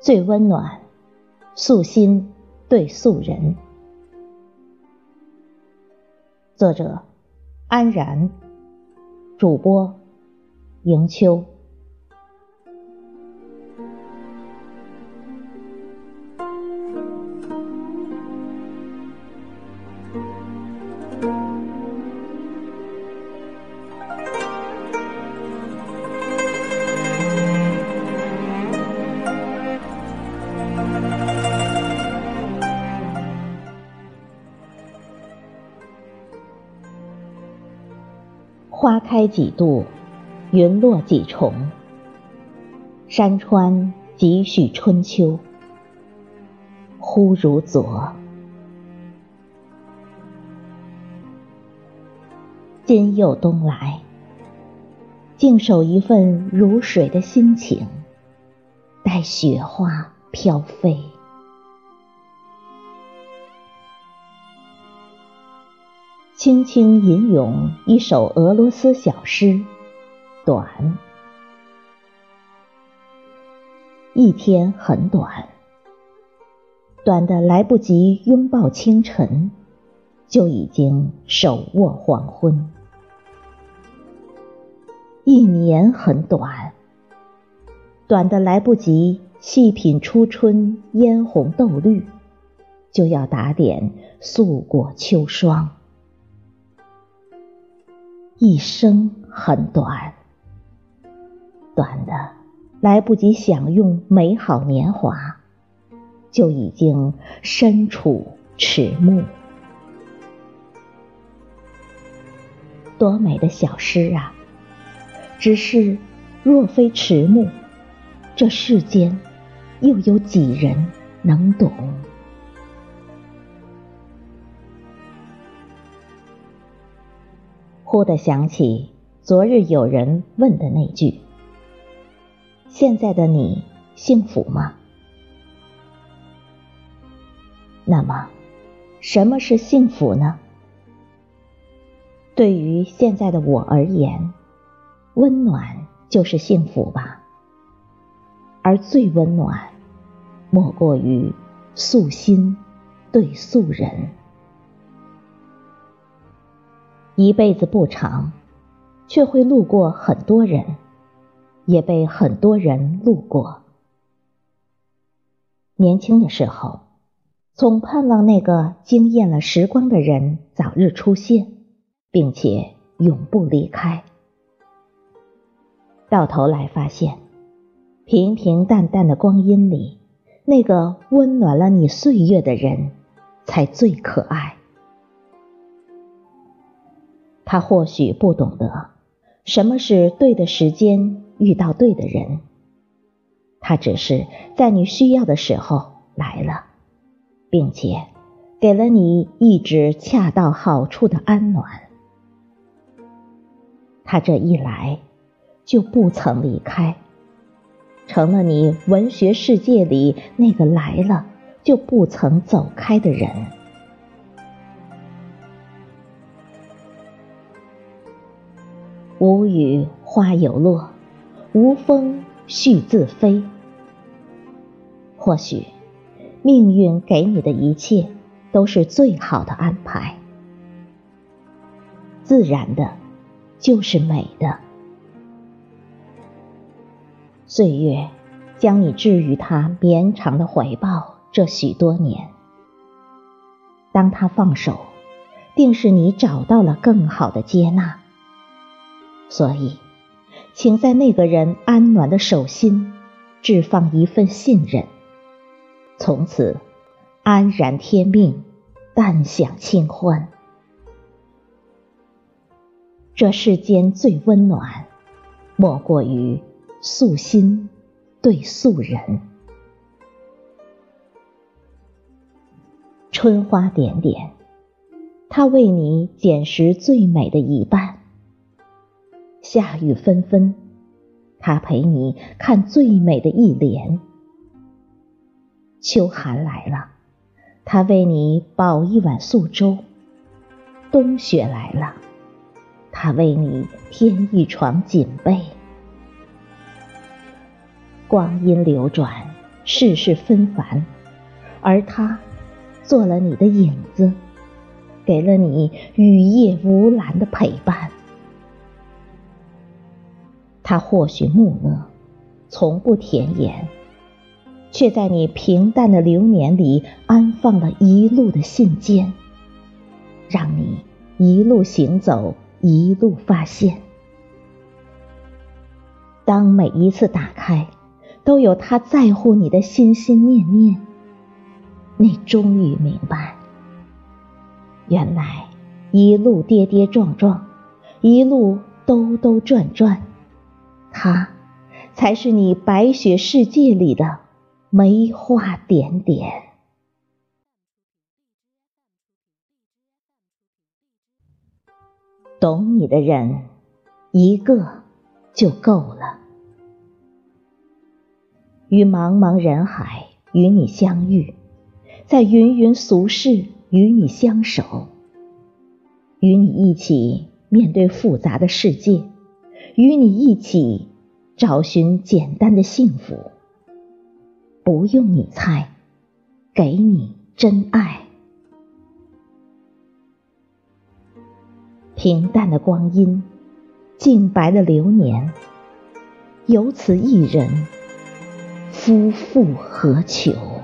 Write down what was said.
最温暖，素心对素人。作者安然，主播迎秋。花开几度，云落几重。山川几许春秋，忽如昨。今又冬来，静守一份如水的心情，待雪花飘飞。轻轻吟咏一首俄罗斯小诗，短。一天很短，短得来不及拥抱清晨，就已经手握黄昏。一年很短，短得来不及细品初春嫣红豆绿，就要打点素裹秋霜。一生很短，短的来不及享用美好年华，就已经身处迟暮。多美的小诗啊！只是若非迟暮，这世间又有几人能懂？忽地想起昨日有人问的那句：现在的你幸福吗？那么，什么是幸福呢？对于现在的我而言，温暖就是幸福吧。而最温暖，莫过于素心对素人。一辈子不长，却会路过很多人，也被很多人路过。年轻的时候，总盼望那个惊艳了时光的人早日出现，并且永不离开。到头来发现，平平淡淡的光阴里，那个温暖了你岁月的人，才最可爱。他或许不懂得什么是对的时间遇到对的人，他只是在你需要的时候来了，并且给了你一直恰到好处的安暖。他这一来就不曾离开，成了你文学世界里那个来了就不曾走开的人。无雨花有落，无风絮自飞。或许命运给你的一切都是最好的安排，自然的就是美的。岁月将你置于他绵长的怀抱这许多年，当他放手，定是你找到了更好的接纳。所以，请在那个人安暖的手心置放一份信任，从此安然天命，淡享清欢。这世间最温暖，莫过于素心对素人。春花点点，它为你捡拾最美的一半。夏雨纷纷，它陪你看最美的一帘。秋寒来了，它为你煲一碗素粥。冬雪来了，它为你添一床锦被。光阴流转， 世事纷繁，而他做了你的影子，给了你雨夜无拦的陪伴。他或许木讷，从不甜言，却在你平淡的流年里安放了一路的信笺，让你一路行走，一路发现。当每一次打开，都有他在乎你的心心念念，你终于明白，原来一路跌跌撞撞，一路兜兜转转，他才是你白雪世界里的梅花点点。懂你的人，一个就够了。于茫茫人海与你相遇，在芸芸俗世与你相守，与你一起面对复杂的世界，与你一起找寻简单的幸福。不用你猜，给你真爱。平淡的光阴，净白的流年，有此一人，夫复何求？